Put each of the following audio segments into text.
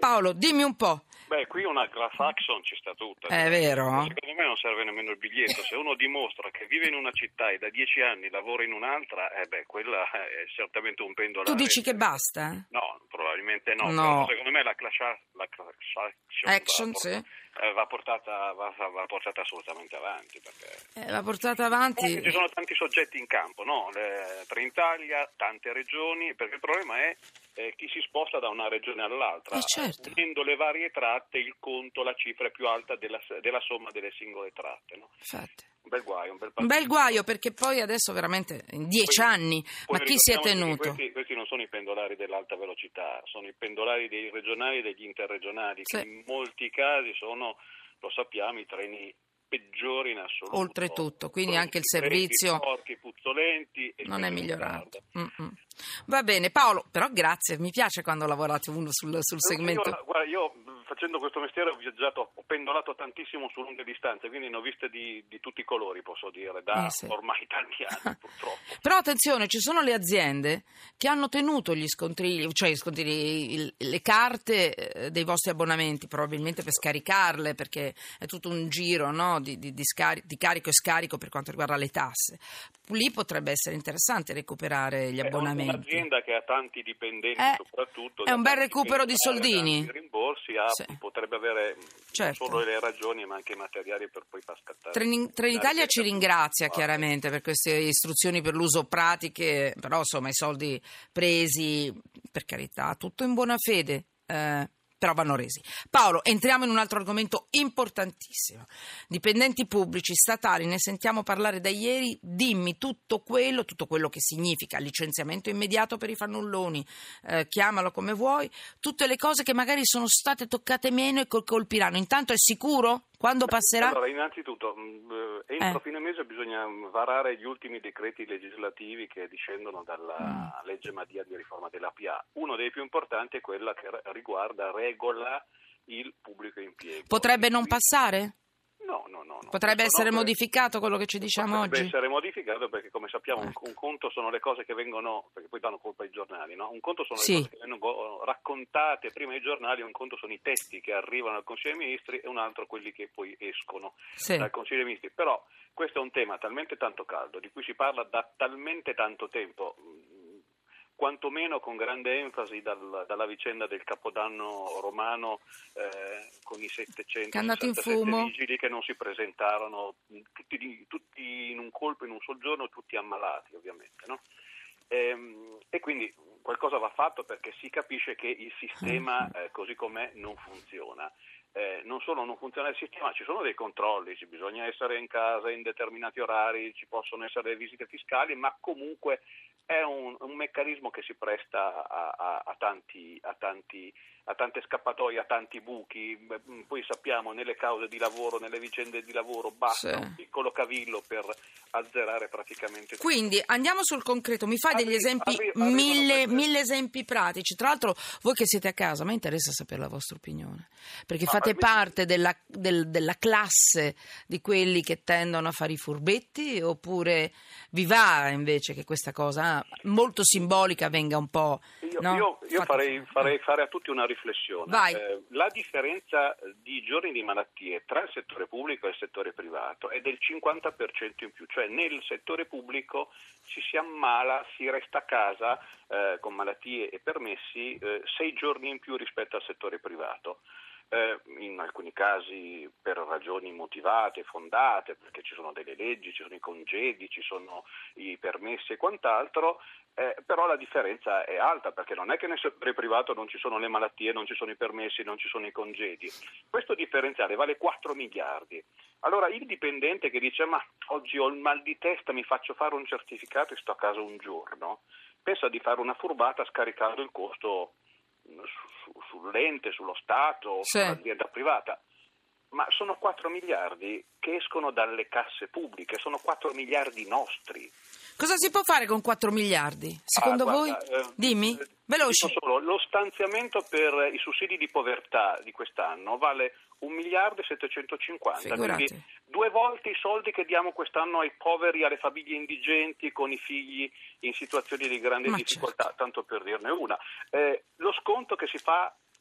Paolo, dimmi un po'. Beh, qui una class action ci sta tutta. È vero? Secondo me non serve nemmeno il biglietto. Se uno dimostra che vive in una città e da 10 anni lavora in un'altra, quella è certamente un pendolare. Tu dici che basta? No, probabilmente no. No. Però secondo me la class action va portata assolutamente avanti. Perché Va portata avanti. ci sono tanti soggetti in campo, no? Trenitalia, tante regioni, perché il problema è chi si sposta da una regione all'altra. Certo. Unendo le varie tratte, il conto, la cifra è più alta della somma delle singole tratte, no? Infatti. Un bel guaio, perché poi adesso veramente in 10 anni, ma chi si è tenuto? Questi non sono i pendolari dell'alta velocità, sono i pendolari dei regionali e degli interregionali, sì, che in molti casi sono, lo sappiamo, i treni peggiori in assoluto. Oltretutto, quindi anche il servizio porchi, puzzolenti e non è migliorato. Va bene, Paolo, però grazie, mi piace quando lavorate uno sul segmento. Io facendo questo mestiere ho viaggiato, ho pendolato tantissimo su lunghe distanze, quindi ne ho viste di tutti i colori, posso dire, da ormai tanti anni purtroppo. Però attenzione, ci sono le aziende che hanno tenuto gli scontrini, cioè le carte dei vostri abbonamenti, probabilmente per scaricarle, perché è tutto un giro, no, di carico e scarico per quanto riguarda le tasse. Lì potrebbe essere interessante recuperare gli abbonamenti. Un'azienda che ha tanti dipendenti, soprattutto è un bel recupero di soldini. I rimborsi potrebbe avere non solo le ragioni ma anche i materiali per poi far scattare. Trenitalia ci ringrazia chiaramente per queste istruzioni per l'uso pratiche, però insomma i soldi presi, per carità, tutto in buona fede, però vanno resi. Paolo, entriamo in un altro argomento importantissimo. Dipendenti pubblici, statali, ne sentiamo parlare da ieri. Dimmi tutto quello che significa licenziamento immediato per i fannulloni, chiamalo come vuoi, tutte le cose che magari sono state toccate meno e colpiranno. Intanto è sicuro? Quando passerà? Allora, innanzitutto, entro fine mese bisogna varare gli ultimi decreti legislativi che discendono dalla legge Madia di riforma della PA. Uno dei più importanti è quella che regola il pubblico impiego. Potrebbe non passare? No. Potrebbe essere modificato quello che ci diciamo oggi? Potrebbe essere modificato perché, come sappiamo, un conto sono le cose che vengono, perché poi danno colpa ai giornali, no? Un conto sono le cose che vengono raccontate prima ai giornali, un conto sono i testi che arrivano al Consiglio dei Ministri e un altro quelli che poi escono dal Consiglio dei Ministri. Però questo è un tema talmente tanto caldo, di cui si parla da talmente tanto tempo, quantomeno con grande enfasi dalla vicenda del Capodanno romano con i 767 vigili che non si presentarono, tutti in un colpo, in un sol giorno, tutti ammalati ovviamente, no? E quindi qualcosa va fatto perché si capisce che il sistema così com'è non funziona. Non solo non funziona il sistema, ci sono dei controlli, bisogna essere in casa in determinati orari, ci possono essere le visite fiscali, ma comunque è un meccanismo che si presta a tante scappatoie, a tanti buchi. Poi sappiamo nelle cause di lavoro, nelle vicende di lavoro, basta un piccolo cavillo per azzerare praticamente tutto. Quindi andiamo sul concreto, mi fai degli esempi, mille esempi pratici. Tra l'altro voi che siete a casa, a me interessa sapere la vostra opinione, perché fate parte della classe di quelli che tendono a fare i furbetti, oppure vi va invece che questa cosa molto simbolica venga un po'... Io farei fare a tutti una riflessione. La differenza di giorni di malattie tra il settore pubblico e il settore privato è del 50% in più, cioè nel settore pubblico ci si ammala, si resta a casa con malattie e permessi 6 giorni in più rispetto al settore privato. In alcuni casi per ragioni motivate, fondate, perché ci sono delle leggi, ci sono i congedi, ci sono i permessi e quant'altro, però la differenza è alta, perché non è che nel settore privato non ci sono le malattie, non ci sono i permessi, non ci sono i congedi. Questo differenziale vale 4 miliardi. Allora il dipendente che dice ma oggi ho il mal di testa, mi faccio fare un certificato e sto a casa un giorno, pensa di fare una furbata scaricando il costo sull'ente, sullo Stato, sull'azienda privata, ma sono 4 miliardi che escono dalle casse pubbliche, sono 4 miliardi nostri. Cosa si può fare con 4 miliardi, secondo voi? Dimmi, veloci. Solo, lo stanziamento per i sussidi di povertà di quest'anno vale 1 miliardo e 750, quindi 2 volte i soldi che diamo quest'anno ai poveri, alle famiglie indigenti con i figli in situazioni di grande difficoltà, tanto per dirne una. Lo sconto che si fa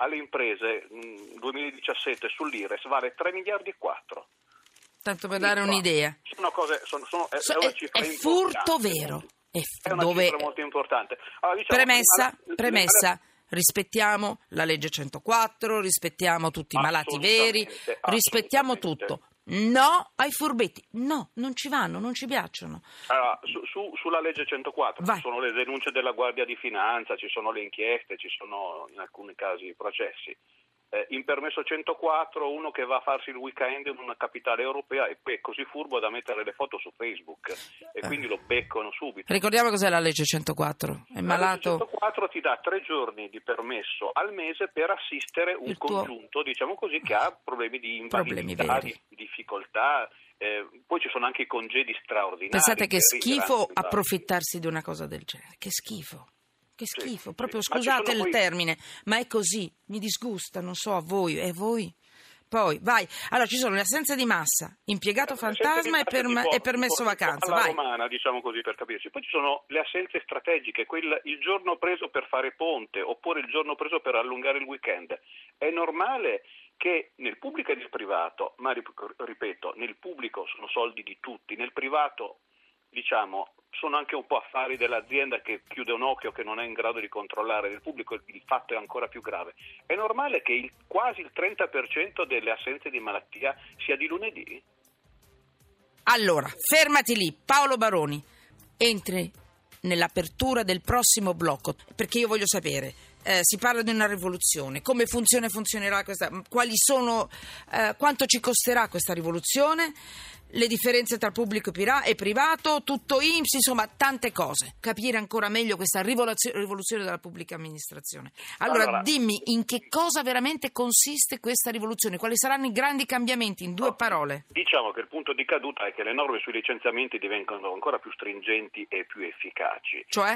alle imprese 2017 sull'IRES vale 3 miliardi e 4. Tanto per dare un'idea. Sono cose, è una cifra è furto vero. È una cifra molto importante. Allora, diciamo, premessa. Rispettiamo la legge 104, rispettiamo tutti i malati veri, rispettiamo tutto. No ai furbetti, no, non ci vanno, non ci piacciono. Allora, sulla legge 104 Vai. ci sono le denunce della Guardia di Finanza, ci sono le inchieste, ci sono in alcuni casi i processi. In permesso 104 uno che va a farsi il weekend in una capitale europea e poi è così furbo da mettere le foto su Facebook e quindi lo beccano subito. Ricordiamo cos'è la legge 104. È malato. La legge 104 ti dà 3 giorni di permesso al mese per assistere un congiunto, diciamo così, che ha problemi di invalidità, di difficoltà. Poi ci sono anche i congedi straordinari. Pensate che schifo approfittarsi di una cosa del genere. Che schifo. Che schifo, sì, proprio scusate il termine, ma è così, mi disgusta, non so a voi, e voi? Poi, vai, allora ci sono le assenze di massa, impiegato fantasma e permesso vacanza, alla vai. romana, diciamo così per capirci. Poi ci sono le assenze strategiche, il giorno preso per fare ponte oppure il giorno preso per allungare il weekend. È normale che nel pubblico e nel privato, ma ripeto, nel pubblico sono soldi di tutti, nel privato diciamo sono anche un po' affari dell'azienda che chiude un occhio, che non è in grado di controllare, del pubblico il fatto è ancora più grave. È normale che quasi il 30% delle assenze di malattia sia di lunedì? Allora, fermati lì, Paolo Baroni, entri nell'apertura del prossimo blocco, perché io voglio sapere, si parla di una rivoluzione, come funzionerà questa, quanto ci costerà questa rivoluzione, le differenze tra pubblico e privato, tutto INPS, insomma tante cose, capire ancora meglio questa rivoluzione della pubblica amministrazione. Allora dimmi in che cosa veramente consiste questa rivoluzione, quali saranno i grandi cambiamenti in 2 parole. Diciamo che il punto di caduta è che le norme sui licenziamenti diventano ancora più stringenti e più efficaci. Cioè?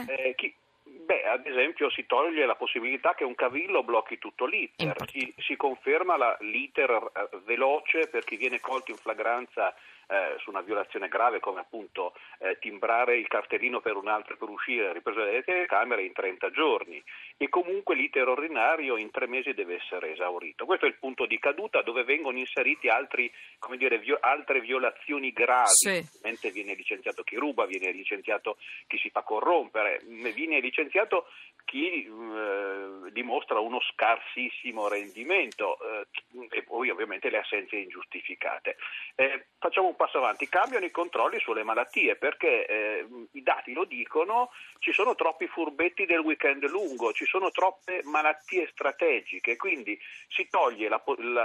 Ad esempio si toglie la possibilità che un cavillo blocchi tutto l'iter, si conferma l'iter veloce per chi viene colto in flagranza su una violazione grave come appunto timbrare il cartellino per un altro per uscire, ripresa dalle telecamere in 30 giorni e comunque l'iter ordinario in 3 mesi deve essere esaurito. Questo è il punto di caduta dove vengono inseriti altre violazioni gravi. Sì. Mentre viene licenziato chi ruba, viene licenziato chi si fa corrompere, viene licenziato chi dimostra uno scarsissimo rendimento e poi ovviamente le assenze ingiustificate. Facciamo un passo avanti, cambiano i controlli sulle malattie perché i dati lo dicono, ci sono troppi furbetti del weekend lungo, ci sono troppe malattie strategiche, quindi si tolgono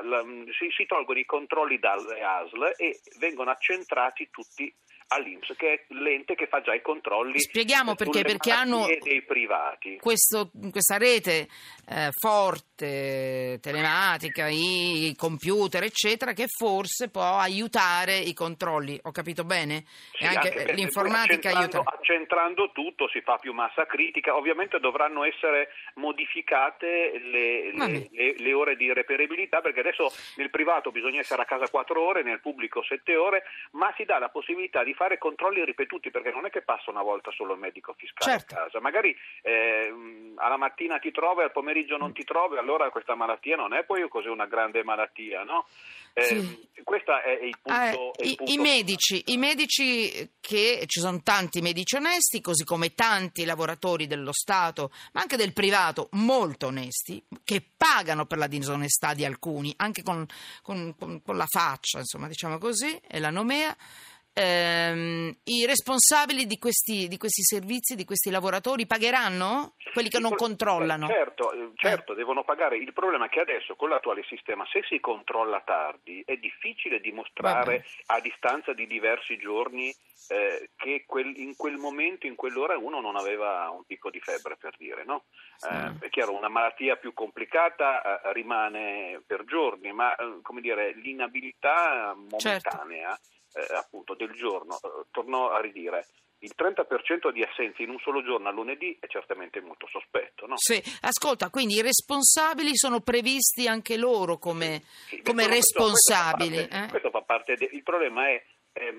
i controlli dalle ASL e vengono accentrati tutti all'INPS, che è l'ente che fa già i controlli. Spieghiamo perché hanno dei privati. Questa rete forte, telematica, i computer, eccetera, che forse può aiutare i controlli. Ho capito bene? Sì, e anche l'informatica aiuta. Accentrando tutto si fa più massa critica. Ovviamente dovranno essere modificate le ore di reperibilità, perché adesso nel privato bisogna essere a casa 4 ore, nel pubblico 7 ore, ma si dà la possibilità di fare controlli ripetuti, perché non è che passa una volta solo il medico fiscale a casa, magari alla mattina ti trovi, al pomeriggio non ti trovi, allora questa malattia non è poi così una grande malattia, no? Sì. Questo è il punto. I medici, che ci sono tanti medici onesti, così come tanti lavoratori dello Stato, ma anche del privato, molto onesti, che pagano per la disonestà di alcuni, anche con la faccia, insomma, diciamo così, e la nomea. I responsabili di questi servizi, di questi lavoratori, pagheranno? Quelli che non controllano? Certo, devono pagare. Il problema è che adesso con l'attuale sistema, se si controlla tardi, è difficile dimostrare a distanza di diversi giorni che in quel momento, in quell'ora, uno non aveva un picco di febbre, per dire, no? È chiaro, una malattia più complicata rimane per giorni, ma l'inabilità momentanea appunto del giorno, torno a ridire, il 30% di assenze in un solo giorno a lunedì è certamente molto sospetto, no? Sì, ascolta, quindi i responsabili sono previsti anche loro come responsabili. Questo fa parte il problema è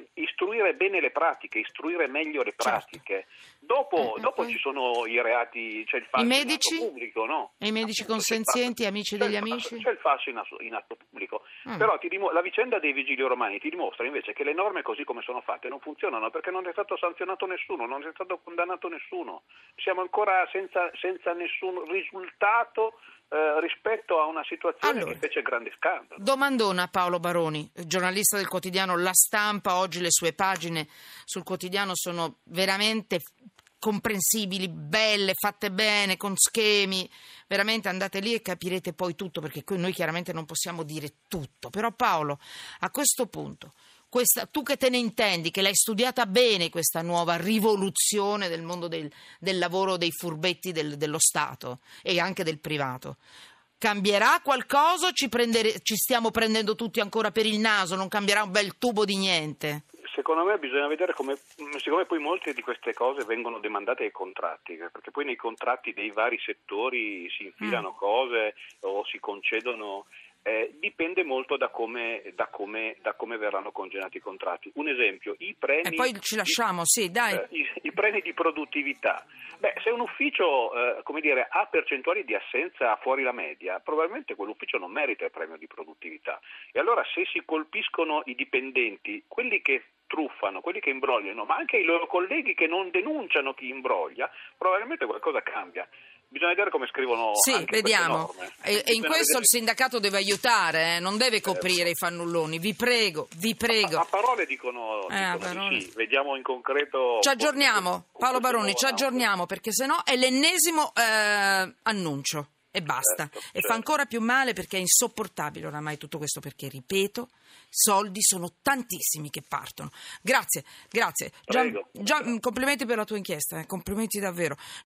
istruire bene le pratiche, istruire meglio le pratiche. Dopo ci sono i reati, c'è il falso in atto pubblico, no? E i medici consenzienti, amici degli amici? C'è il falso in atto pubblico. Però la vicenda dei vigili romani ti dimostra invece che le norme così come sono fatte non funzionano, perché non è stato sanzionato nessuno, non è stato condannato nessuno. Siamo ancora senza nessun risultato rispetto a una situazione che fece grande scandalo. Domandona Paolo Baroni, giornalista del quotidiano La Stampa. Oggi le sue pagine sul quotidiano sono veramente comprensibili, belle, fatte bene, con schemi. Veramente andate lì e capirete poi tutto, perché qui noi chiaramente non possiamo dire tutto. Però Paolo, a questo punto, tu che te ne intendi, che l'hai studiata bene questa nuova rivoluzione del mondo del lavoro, dei furbetti dello Stato e anche del privato, cambierà qualcosa o ci stiamo prendendo tutti ancora per il naso? Non cambierà un bel tubo di niente? Secondo me bisogna vedere siccome poi molte di queste cose vengono demandate ai contratti, perché poi nei contratti dei vari settori si infilano cose o si concedono. Dipende molto da come verranno congeniati i contratti. Un esempio, i premi. E poi ci lasciamo, i premi di produttività. Se un ufficio ha percentuali di assenza fuori la media, probabilmente quell'ufficio non merita il premio di produttività. E allora se si colpiscono i dipendenti, quelli che truffano, quelli che imbrogliano, ma anche i loro colleghi che non denunciano chi imbroglia, probabilmente qualcosa cambia. Bisogna vedere come scrivono anche vediamo. Queste norme. E in questo il sindacato deve aiutare, non deve coprire i fannulloni, vi prego. A parole dicono di sì, vediamo in concreto. Ci aggiorniamo, Paolo Baroni, ci aggiorniamo, perché sennò è l'ennesimo annuncio. E basta. E fa ancora più male, perché è insopportabile oramai tutto questo, perché, ripeto, soldi sono tantissimi che partono. Grazie. Complimenti per la tua inchiesta, complimenti davvero.